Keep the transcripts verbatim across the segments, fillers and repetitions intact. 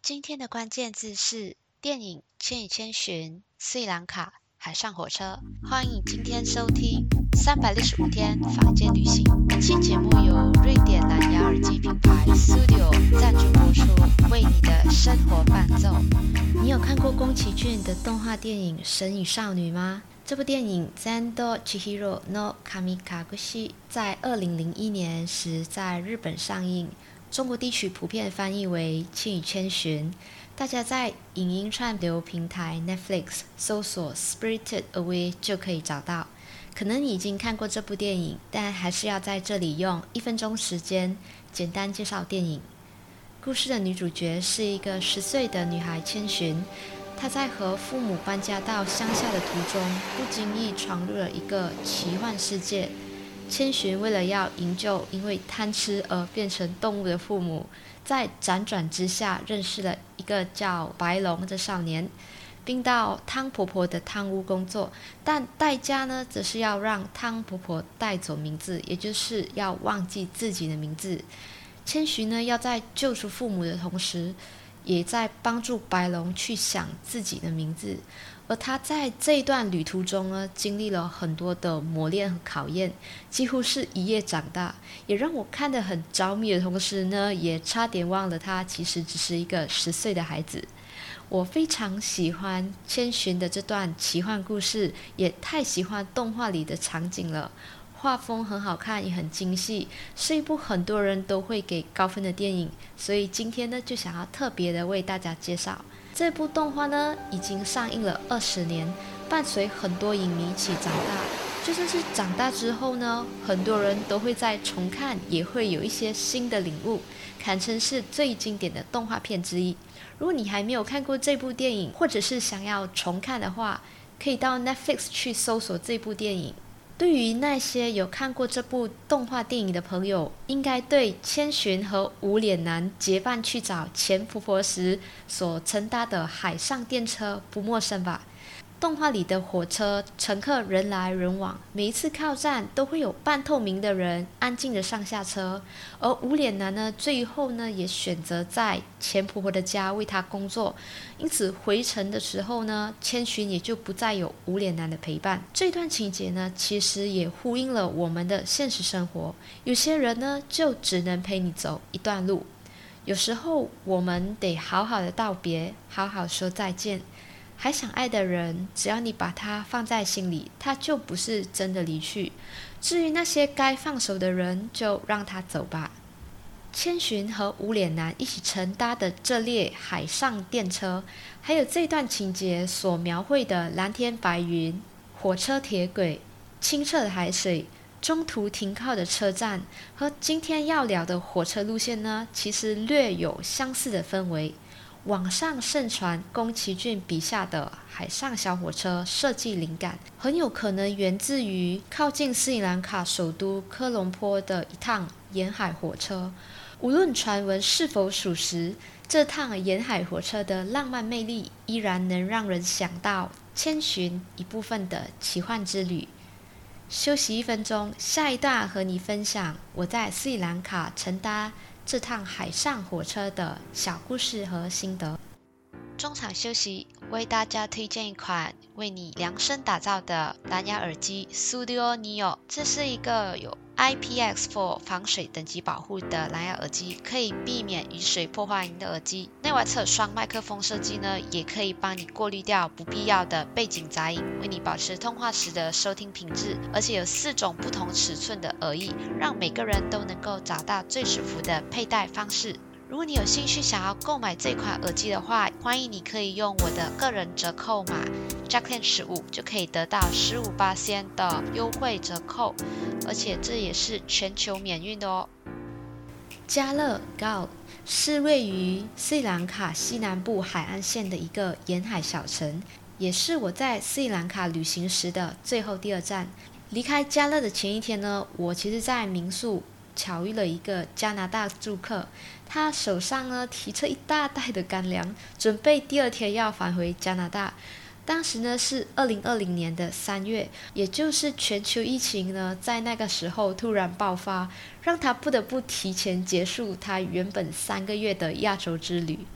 今天的关键字是电影《千与千寻》、斯里兰卡、海上火车。欢迎今天收听三百六十五天坊间旅行。本期节目由瑞典蓝牙耳机品牌 Studio 赞助播出，为你的生活伴奏。你有看过宫崎骏的动画电影《神与少女》吗？这部电影《Zendo Chihiro no Kamikaze》在二零零一年时在日本上映，中国地区普遍翻译为《千与千寻》。大家在影音串流平台 Netflix 搜索 Spirited Away 就可以找到。可能你已经看过这部电影，但还是要在这里用一分钟时间简单介绍电影。故事的女主角是一个十岁的女孩千寻，她在和父母搬家到乡下的途中，不经意闯入了一个奇幻世界。千寻为了要营救因为贪吃而变成动物的父母，在辗转之下认识了一个叫白龙的少年，并到汤婆婆的汤屋工作，但代价呢，则是要让汤婆婆带走名字，也就是要忘记自己的名字。千寻呢，要在救出父母的同时，也在帮助白龙去想自己的名字。而他在这一段旅途中呢，经历了很多的磨练和考验，几乎是一夜长大，也让我看得很着迷的同时呢，也差点忘了他其实只是一个十岁的孩子。我非常喜欢千寻的这段奇幻故事，也太喜欢动画里的场景了。画风很好看，也很精细，是一部很多人都会给高分的电影，所以今天呢，就想要特别的为大家介绍。这部动画呢，已经上映了二十年，伴随很多影迷一起长大。就算是长大之后呢，很多人都会在重看，也会有一些新的领悟，堪称是最经典的动画片之一。如果你还没有看过这部电影，或者是想要重看的话，可以到 Netflix 去搜索这部电影。对于那些有看过这部动画电影的朋友，应该对千寻和无脸男结伴去找钱婆婆时所乘搭的海上电车不陌生吧？动画里的火车乘客人来人往，每一次靠站都会有半透明的人安静的上下车，而无脸男呢，最后呢也选择在钱婆婆的家为她工作，因此回程的时候呢，千寻也就不再有无脸男的陪伴。这段情节呢，其实也呼应了我们的现实生活，有些人呢就只能陪你走一段路，有时候我们得好好的道别，好好说再见。还想爱的人，只要你把他放在心里，他就不是真的离去。至于那些该放手的人，就让他走吧。千寻和无脸男一起乘搭的这列海上电车，还有这段情节所描绘的蓝天白云、火车铁轨、清澈的海水、中途停靠的车站，和今天要聊的火车路线呢，其实略有相似的氛围。网上盛传宫崎骏笔下的海上小火车设计灵感，很有可能源自于靠近斯里兰卡首都科隆坡的一趟沿海火车。无论传闻是否属实，这趟沿海火车的浪漫魅力依然能让人想到千寻一部分的奇幻之旅。休息一分钟，下一段和你分享我在斯里兰卡乘搭这趟海上火车的小故事和心得。中场休息，为大家推荐一款为你量身打造的蓝牙耳机 Studio Neo。这是一个有 I P X 四 防水等级保护的蓝牙耳机，可以避免雨水破坏您的耳机。内外侧双麦克风设计呢，也可以帮你过滤掉不必要的背景杂音，为你保持通话时的收听品质。而且有四种不同尺寸的耳翼，让每个人都能够找到最舒服的佩戴方式。如果你有兴趣想要购买这款耳机的话，欢迎你可以用我的个人折扣码 Jacqueline 十五 就可以得到 百分之十五 的优惠折扣，而且这也是全球免运的哦。加勒 Galle 是位于斯里兰卡西南部海岸线的一个沿海小城，也是我在斯里兰卡旅行时的最后第二站。离开加勒的前一天呢，我其实在民宿巧遇了一个加拿大住客，他手上呢提着一大袋的干粮，准备第二天要返回加拿大。当时呢是二零二零年的三月，也就是全球疫情呢在那个时候突然爆发，让他不得不提前结束他原本三个月的亚洲之旅。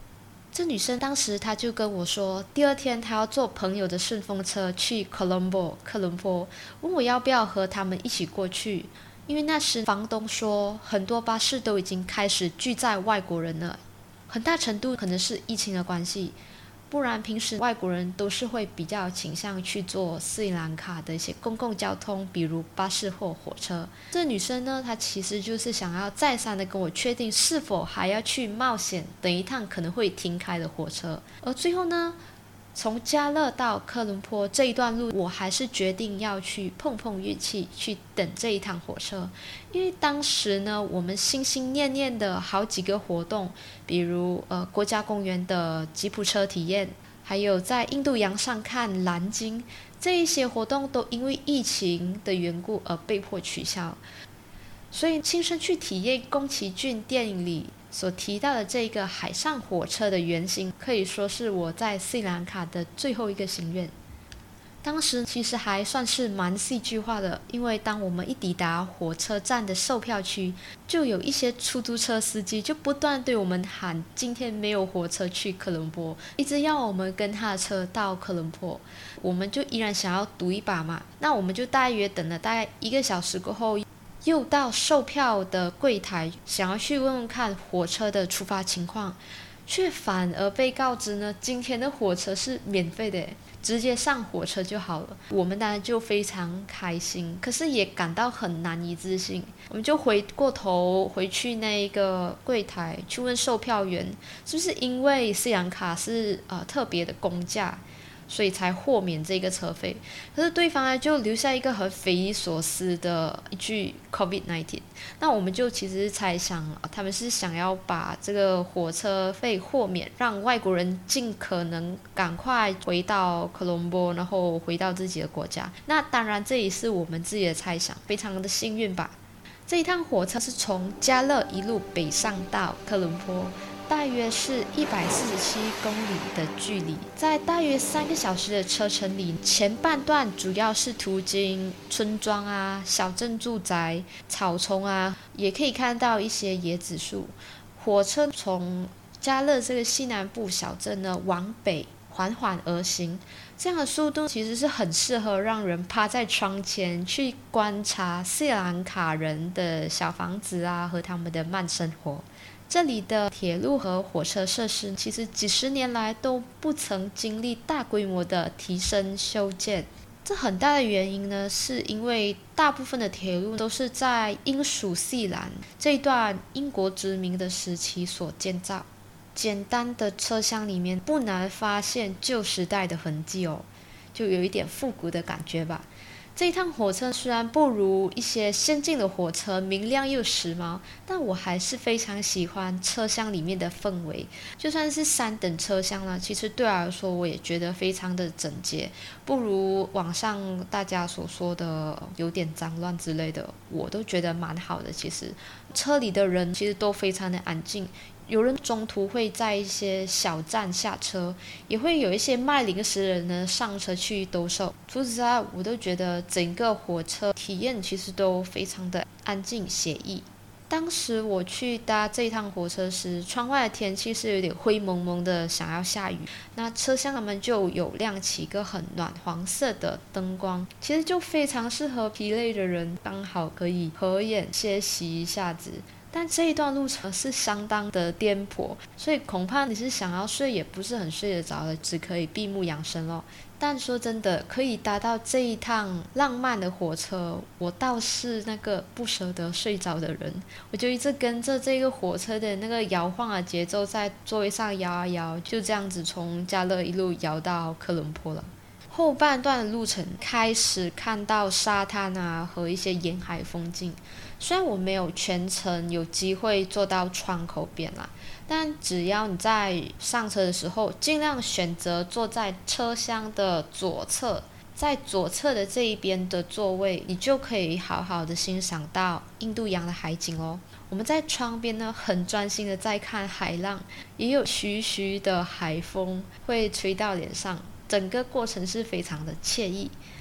这女生当时她就跟我说，第二天她要坐朋友的顺风车去 Colombo 科伦坡，问我要不要和他们一起过去。因为那时房东说，很多巴士都已经开始拒载外国人了，很大程度可能是疫情的关系，不然平时外国人都是会比较倾向去坐斯里兰卡的一些公共交通，比如巴士或火车。这女生呢，她其实就是想要再三的跟我确定是否还要去冒险等一趟可能会停开的火车。而最后呢，从加勒到科伦坡这一段路，我还是决定要去碰碰运气，去等这一趟火车。因为当时呢，我们心心念念的好几个活动，比如呃国家公园的吉普车体验，还有在印度洋上看蓝鲸，这一些活动都因为疫情的缘故而被迫取消。所以亲身去体验宫崎骏电影里所提到的这个海上火车的原型，可以说是我在斯里兰卡的最后一个心愿。当时其实还算是蛮戏剧化的，因为当我们一抵达火车站的售票区，就有一些出租车司机就不断对我们喊今天没有火车去科伦坡，一直要我们跟他的车到科伦坡。我们就依然想要赌一把嘛，那我们就大约等了大概一个小时过后，又到售票的柜台，想要去问问看火车的出发情况，却反而被告知呢，今天的火车是免费的，直接上火车就好了。我们当然就非常开心，可是也感到很难以置信。我们就回过头回去那个柜台去问售票员，是不是因为斯里兰卡是呃特别的公假，所以才豁免这个车费。可是对方呢就留下一个很匪夷所思的一句 COVID 十九， 那我们就其实猜想他们是想要把这个火车费豁免，让外国人尽可能赶快回到科伦坡，然后回到自己的国家。那当然这也是我们自己的猜想，非常的幸运吧。这一趟火车是从加勒一路北上到科伦坡，大约是一百四十七公里的距离，在大约三个小时的车程里，前半段主要是途经村庄啊、小镇住宅、草丛啊，也可以看到一些椰子树。火车从加勒这个西南部小镇呢往北缓缓而行，这样的速度其实是很适合让人趴在窗前去观察斯里兰卡人的小房子啊和他们的慢生活。这里的铁路和火车设施其实几十年来都不曾经历大规模的提升修建。这很大的原因呢，是因为大部分的铁路都是在英属斯里兰这一段英国殖民的时期所建造。简单的车厢里面不难发现旧时代的痕迹哦，就有一点复古的感觉吧。这一趟火车虽然不如一些先进的火车明亮又时髦，但我还是非常喜欢车厢里面的氛围。就算是三等车厢呢，其实对我来说我也觉得非常的整洁，不如网上大家所说的有点脏乱之类的，我都觉得蛮好的。其实车里的人其实都非常的安静，有人中途会在一些小站下车，也会有一些卖零食的人呢上车去兜售。除此之外，我都觉得整个火车体验其实都非常的安静写意。当时我去搭这一趟火车时，窗外的天气是有点灰蒙蒙的，想要下雨。那车厢他们就有亮起一个很暖黄色的灯光，其实就非常适合疲累的人，刚好可以合眼歇息一下子。但这一段路程是相当的颠簸，所以恐怕你是想要睡也不是很睡得着的，只可以闭目养神咯。但说真的，可以搭到这一趟浪漫的火车，我倒是那个不舍得睡着的人，我就一直跟着这个火车的那个摇晃的节奏在座位上摇啊摇，就这样子从加勒一路摇到科伦坡了。后半段的路程开始看到沙滩啊和一些沿海风景，虽然我没有全程有机会坐到窗口边啦，但只要你在上车的时候尽量选择坐在车厢的左侧，在左侧的这一边的座位，你就可以好好的欣赏到印度洋的海景哦。我们在窗边呢很专心的在看海浪，也有徐徐的海风会吹到脸上，整个过程是非常的惬意。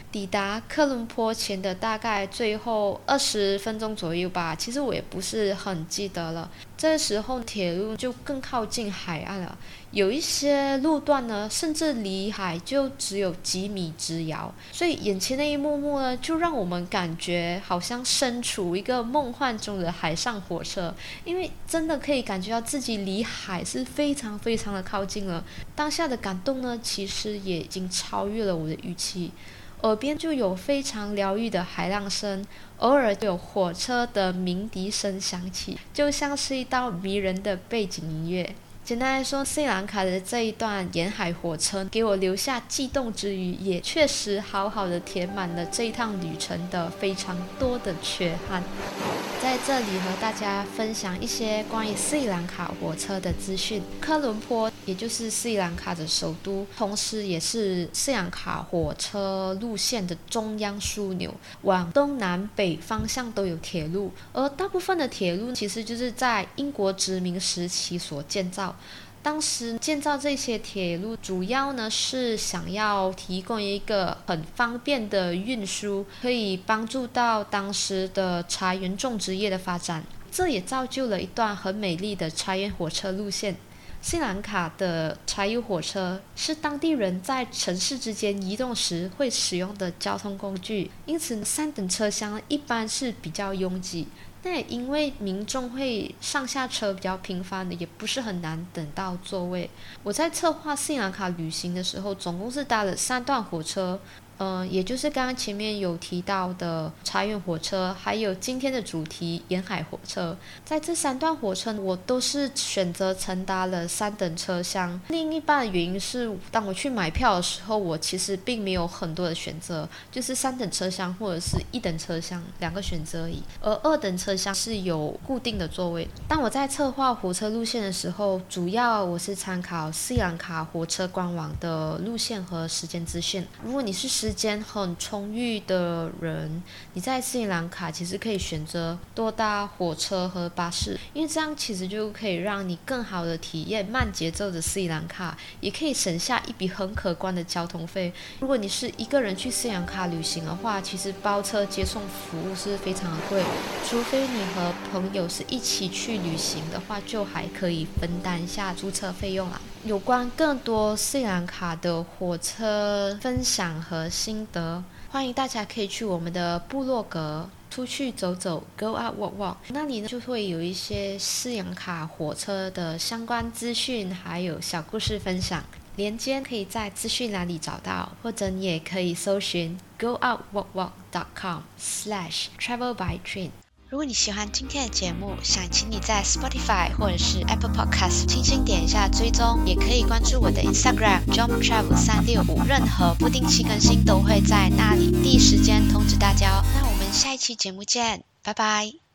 抵达科伦坡前的大概最后二十分钟左右吧，其实我也不是很记得了。这时候铁路就更靠近海岸了，有一些路段呢，甚至离海就只有几米之遥，所以眼前的一幕幕呢，就让我们感觉好像身处一个梦幻中的海上火车，因为真的可以感觉到自己离海是非常非常的靠近了。当下的感动呢，其实也已经超越了我的预期。耳边就有非常疗愈的海浪声，偶尔有火车的鸣笛声响起，就像是一道迷人的背景音乐。简单来说，斯里兰卡的这一段沿海火车给我留下悸动之余，也确实好好的填满了这一趟旅程的非常多的缺憾。在这里和大家分享一些关于斯里兰卡火车的资讯。科伦坡也就是斯里兰卡的首都，同时也是斯里兰卡火车路线的中央枢纽，往东南北方向都有铁路，而大部分的铁路其实就是在英国殖民时期所建造。当时建造这些铁路主要呢是想要提供一个很方便的运输，可以帮助到当时的茶园种植业的发展，这也造就了一段很美丽的茶园火车路线。斯里兰卡的柴油火车是当地人在城市之间移动时会使用的交通工具，因此三等车厢一般是比较拥挤，但也因为民众会上下车比较频繁的，也不是很难等到座位。我在策划斯里兰卡旅行的时候，总共是搭了三段火车，呃，也就是刚刚前面有提到的茶园火车，还有今天的主题沿海火车。在这三段火车，我都是选择乘搭了三等车厢。另一半的原因是，当我去买票的时候，我其实并没有很多的选择，就是三等车厢或者是一等车厢两个选择而已。而二等车厢是有固定的座位。当我在策划火车路线的时候，主要我是参考斯里兰卡火车官网的路线和时间资讯。如果你是时间很充裕的人，你在斯里兰卡其实可以选择多搭火车和巴士，因为这样其实就可以让你更好的体验慢节奏的斯里兰卡，也可以省下一笔很可观的交通费。如果你是一个人去斯里兰卡旅行的话，其实包车接送服务是非常的贵，除非你和朋友是一起去旅行的话，就还可以分担一下租车费用啦。有关更多斯里兰卡的火车分享和心得，欢迎大家可以去我们的部落格出去走走 Go Out Walk Walk， 那里呢就会有一些斯里兰卡火车的相关资讯还有小故事分享，连接可以在资讯栏里找到，或者你也可以搜寻 go out walk walk dot com slash travel by train。 如果你喜欢今天的节目，想请你在 Spotify 或者是 Apple Podcast 轻轻点一下追踪，也可以关注我的 Instagram Jom Travel 三六五，任何不定期更新都会在那里第一时间通知大家哦。那我们下一期节目见，拜拜。